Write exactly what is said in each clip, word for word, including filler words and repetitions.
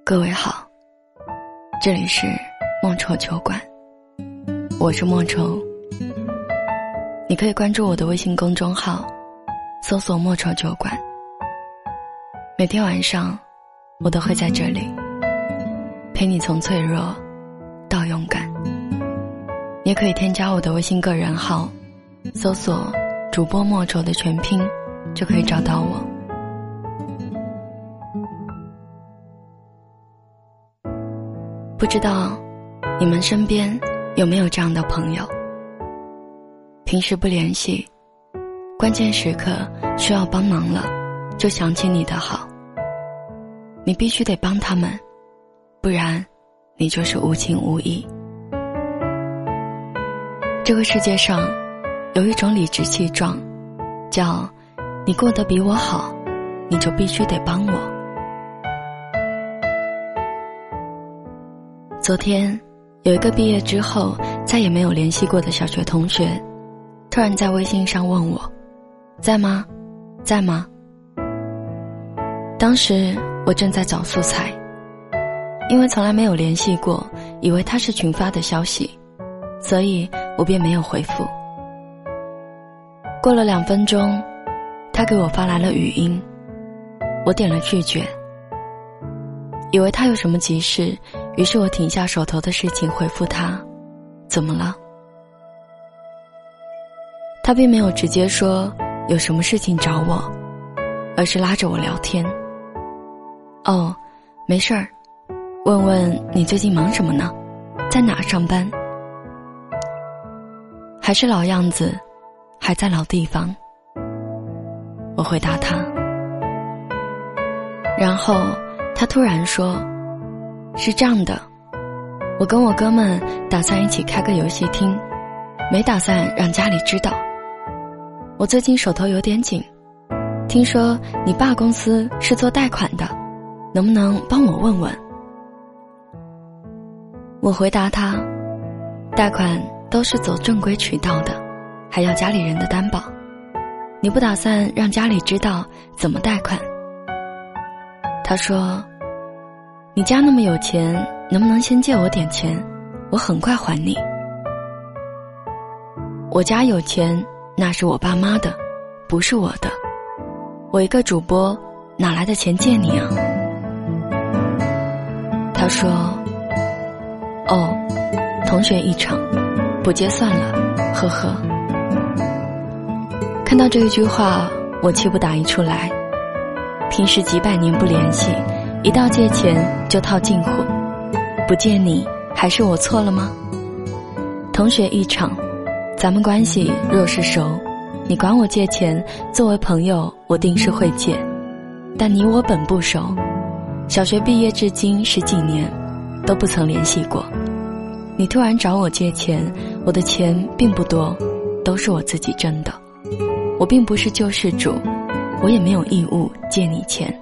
各位好，这里是莫愁酒馆，我是莫愁。你可以关注我的微信公众号，搜索莫愁酒馆。每天晚上我都会在这里陪你从脆弱到勇敢。你也可以添加我的微信个人号，搜索主播莫愁的全拼，就可以找到我。不知道你们身边有没有这样的朋友，平时不联系，关键时刻需要帮忙了就想起你的好，你必须得帮他们，不然你就是无情无义。这个世界上有一种理直气壮，叫你过得比我好，你就必须得帮我。昨天有一个毕业之后再也没有联系过的小学同学，突然在微信上问我，在吗？在吗？当时我正在找素材，因为从来没有联系过，以为他是群发的消息，所以我便没有回复。过了两分钟，他给我发来了语音，我点了拒绝，以为他有什么急事，于是我停下手头的事情回复他，怎么了？他并没有直接说有什么事情找我，而是拉着我聊天。哦，没事儿，问问你最近忙什么呢？在哪上班？还是老样子，还在老地方。我回答他，然后他突然说，是这样的，我跟我哥们打算一起开个游戏厅，没打算让家里知道。我最近手头有点紧，听说你爸公司是做贷款的，能不能帮我问问？我回答他，贷款都是走正规渠道的，还要家里人的担保，你不打算让家里知道怎么贷款？他说，你家那么有钱，能不能先借我点钱，我很快还你。我家有钱，那是我爸妈的，不是我的，我一个主播哪来的钱借你啊？他说，哦，同学一场，不借算了，呵呵。看到这一句话，我气不打一处来。平时几百年不联系，一到借钱就套近乎，不借你还是我错了吗？同学一场，咱们关系若是熟，你管我借钱，作为朋友我定是会借，但你我本不熟，小学毕业至今十几年都不曾联系过，你突然找我借钱，我的钱并不多，都是我自己挣的，我并不是救世主，我也没有义务借你钱。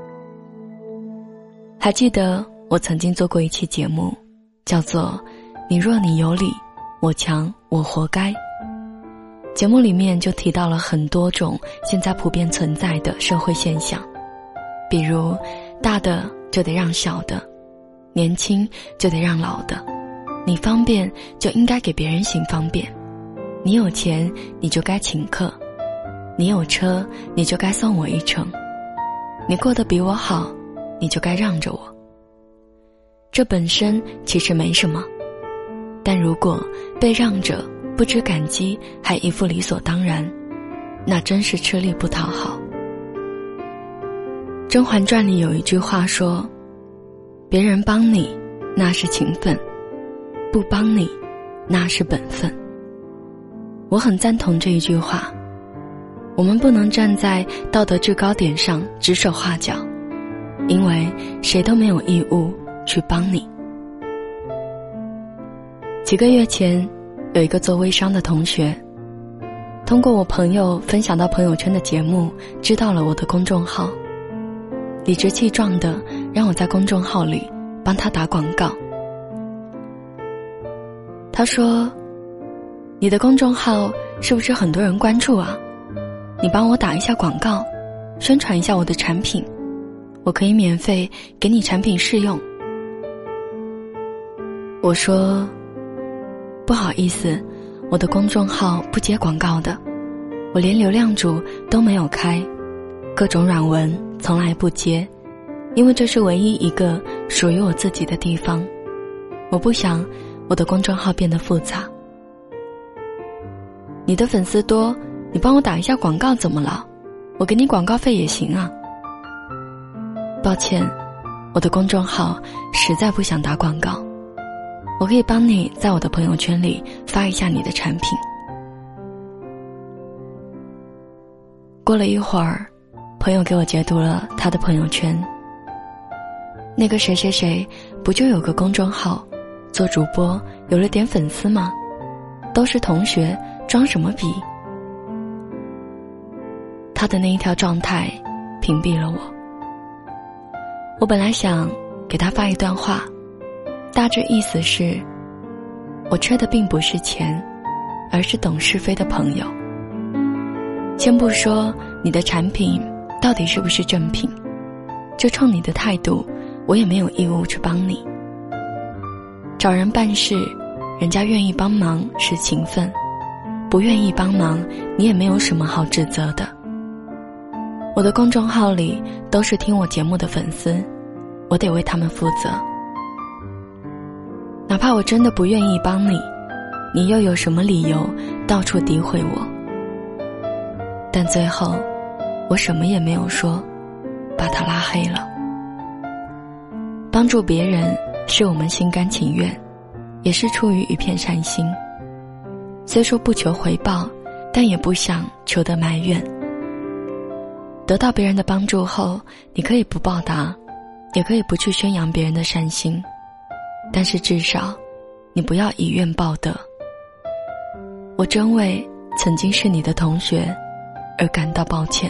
还记得我曾经做过一期节目，叫做你若你有理，我强我活该。节目里面就提到了很多种现在普遍存在的社会现象，比如大的就得让小的，年轻就得让老的，你方便就应该给别人行方便，你有钱你就该请客，你有车你就该送我一程，你过得比我好你就该让着我。这本身其实没什么，但如果被让着不知感激，还一副理所当然，那真是吃力不讨好。《甄嬛传》里有一句话说，别人帮你那是情分，不帮你那是本分。我很赞同这一句话，我们不能站在道德制高点上指手画脚，因为谁都没有义务去帮你。几个月前，有一个做微商的同学，通过我朋友分享到朋友圈的节目，知道了我的公众号，理直气壮的让我在公众号里帮他打广告。他说，你的公众号是不是很多人关注啊？你帮我打一下广告，宣传一下我的产品， 我可以免费给你产品试用。我说，不好意思，我的公众号不接广告的，我连流量主都没有开，各种软文从来不接，因为这是唯一一个属于我自己的地方，我不想我的公众号变得复杂。你的粉丝多，你帮我打一下广告怎么了？我给你广告费也行啊。抱歉，我的公众号实在不想打广告，我可以帮你在我的朋友圈里发一下你的产品。过了一会儿，朋友给我截图了他的朋友圈，那个谁谁谁不就有个公众号，做主播有了点粉丝吗？都是同学，装什么逼？他的那一条状态屏蔽了我。我本来想给他发一段话，大致意思是，我缺的并不是钱，而是懂是非的朋友。先不说你的产品到底是不是正品，就冲你的态度，我也没有义务去帮你。找人办事，人家愿意帮忙是情分，不愿意帮忙，你也没有什么好指责的。我的公众号里都是听我节目的粉丝，我得为他们负责。哪怕我真的不愿意帮你，你又有什么理由到处诋毁我？但最后我什么也没有说，把他拉黑了。帮助别人是我们心甘情愿，也是出于一片善心。虽说不求回报，但也不想求得埋怨。得到别人的帮助后，你可以不报答，也可以不去宣扬别人的善心，但是至少你不要以怨报德。我真为曾经是你的同学而感到抱歉。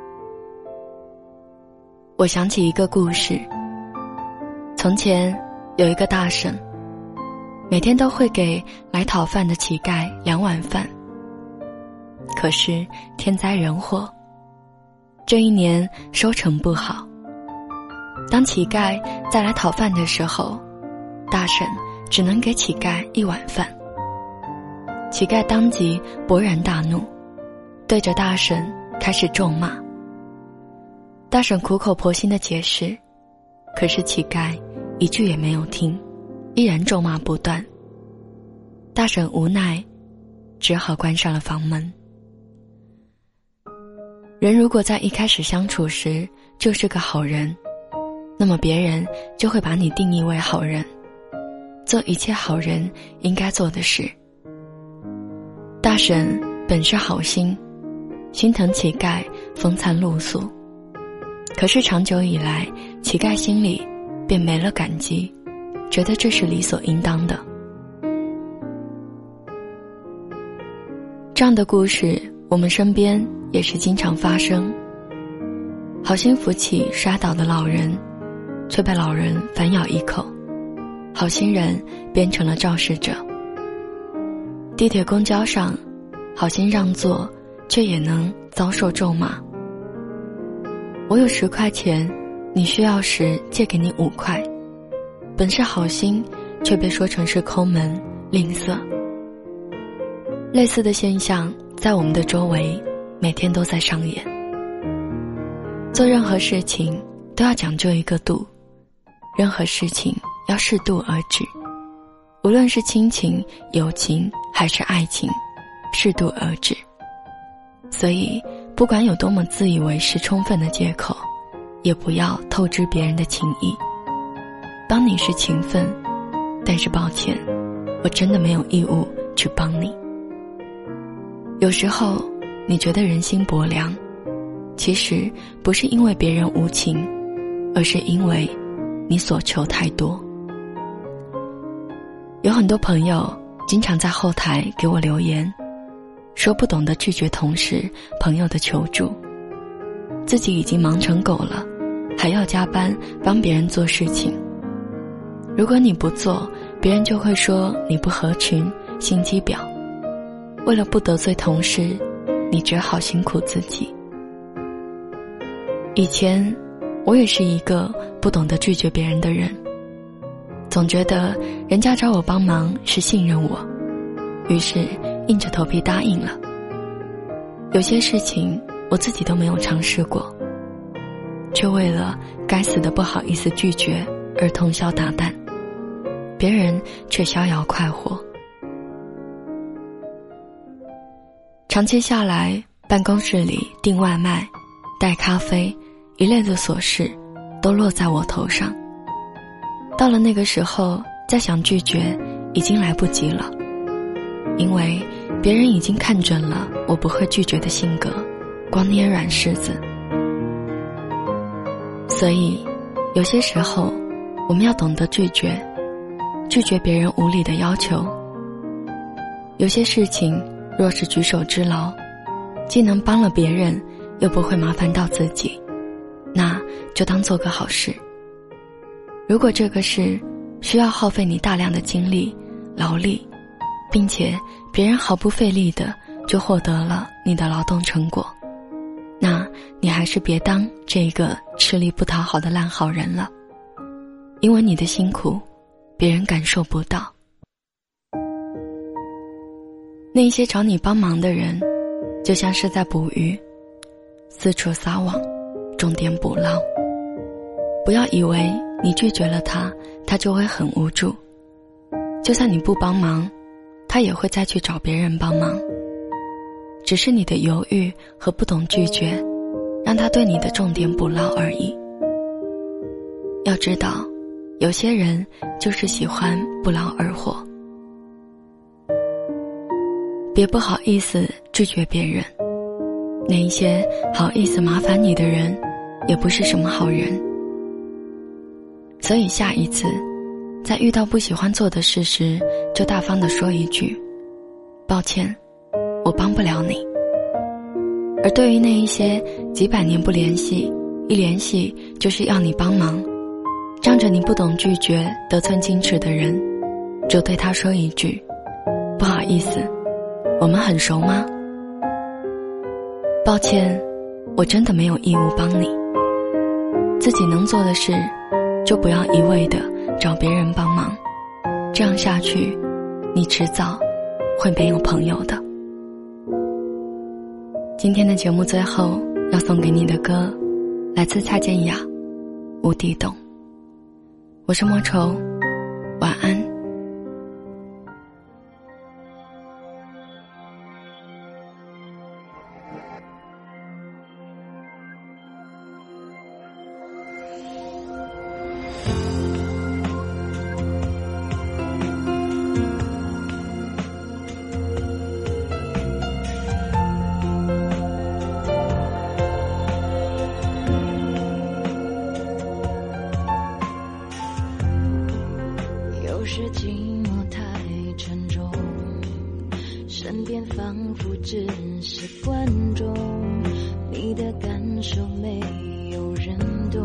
我想起一个故事，从前有一个大婶，每天都会给来讨饭的乞丐两碗饭。可是天灾人祸，这一年收成不好。当乞丐再来讨饭的时候，大婶只能给乞丐一碗饭。乞丐当即勃然大怒，对着大婶开始咒骂。大婶苦口婆心地解释，可是乞丐一句也没有听，依然咒骂不断。大婶无奈，只好关上了房门。人如果在一开始相处时就是个好人，那么别人就会把你定义为好人，做一切好人应该做的事。大婶本是好心，心疼乞丐风餐露宿，可是长久以来，乞丐心里便没了感激，觉得这是理所应当的。这样的故事我们身边也是经常发生。好心扶起摔倒的老人，却被老人反咬一口，好心人变成了肇事者。地铁公交上，好心让座，却也能遭受咒骂。我有十块钱，你需要时借给你五块，本是好心，却被说成是抠门吝啬。类似的现象在我们的周围每天都在上演。做任何事情都要讲究一个度，任何事情要适度而止，无论是亲情、友情还是爱情，适度而止。所以不管有多么自以为是充分的借口，也不要透支别人的情谊。帮你是情分，但是抱歉，我真的没有义务去帮你。有时候你觉得人心薄凉，其实不是因为别人无情，而是因为你所求太多。有很多朋友经常在后台给我留言，说不懂得拒绝同事朋友的求助，自己已经忙成狗了，还要加班帮别人做事情。如果你不做，别人就会说你不合群，心机婊。为了不得罪同事，你只好辛苦自己。以前我也是一个不懂得拒绝别人的人，总觉得人家找我帮忙是信任我，于是硬着头皮答应了。有些事情我自己都没有尝试过，却为了该死的不好意思拒绝而通宵达旦，别人却逍遥快活。长期下来，办公室里订外卖、带咖啡一类的琐事都落在我头上。到了那个时候，再想拒绝已经来不及了，因为别人已经看准了我不会拒绝的性格，光捏软柿子。所以有些时候我们要懂得拒绝，拒绝别人无理的要求。有些事情若是举手之劳，既能帮了别人，又不会麻烦到自己，那就当做个好事。如果这个事需要耗费你大量的精力、劳力，并且别人毫不费力的就获得了你的劳动成果，那你还是别当这个吃力不讨好的烂好人了，因为你的辛苦别人感受不到。那些找你帮忙的人就像是在捕鱼，四处撒网，重点捕捞。不要以为你拒绝了他，他就会很无助，就算你不帮忙，他也会再去找别人帮忙。只是你的犹豫和不懂拒绝，让他对你的重点捕捞而已。要知道，有些人就是喜欢不劳而获。别不好意思拒绝别人，那一些好意思麻烦你的人，也不是什么好人。所以下一次在遇到不喜欢做的事时，就大方地说一句抱歉，我帮不了你。而对于那一些几百年不联系，一联系就是要你帮忙，仗着你不懂拒绝得寸进尺的人，就对他说一句不好意思，我们很熟吗？抱歉，我真的没有义务帮你。自己能做的事就不要一味的找别人帮忙，这样下去你迟早会没有朋友的。今天的节目最后要送给你的歌来自蔡健雅，无底洞。我是莫愁，晚安。 是寂寞太沉重，身边仿佛只是观众，你的感受没有人懂。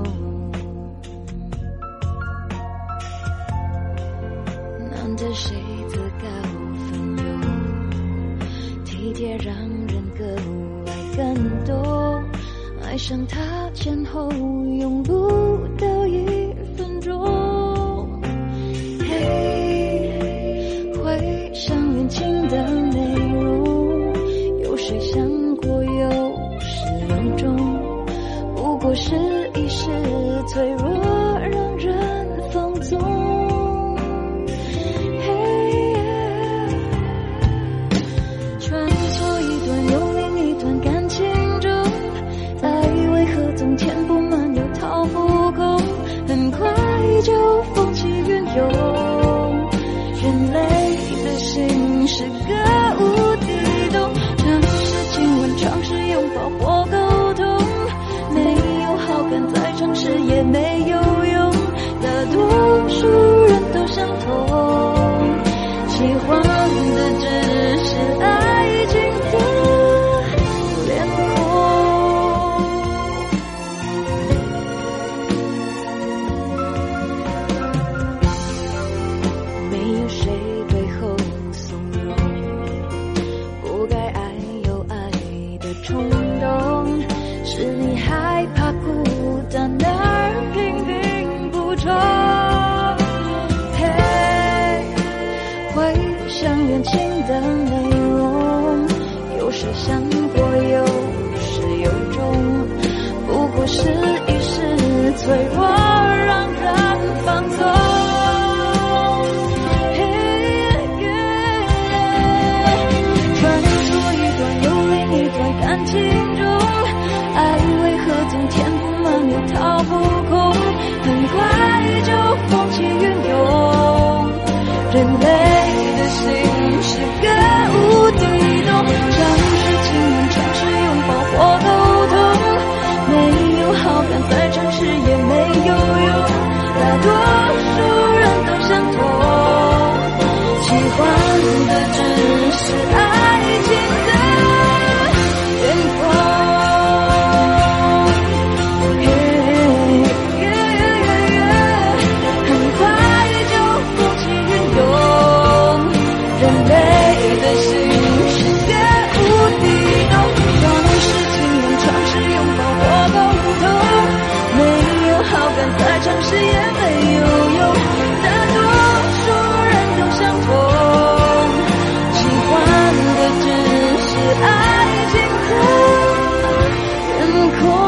难得谁自告奋勇，体贴让人格外感动，爱上他前后用不到一分钟。回想恋情的内容，有谁想过又是有种，不过是一时脆弱让人放纵。穿梭一段又另一段感情中，爱为何总填不满又掏不空，很快就风起云涌。人类的心是个无底洞，尝试亲吻，尝试拥抱或沟通，没有好感再尝试也没有脆弱让人放纵。穿梭一段又另一段感情中，爱为何总填不满又掏不空，很快就风起云涌。人类的心是个无底洞，尝试亲吻，尝试拥抱或沟通，没有好感再尝试也没有用，大多数人都相同，喜欢的只是爱情的天空。很快就风起云涌，人类的心是个无底洞，尝试亲吻，尝试拥抱或沟通，没有好感再尝试也没有用，大多数人都相同，喜欢的只是爱情的天空。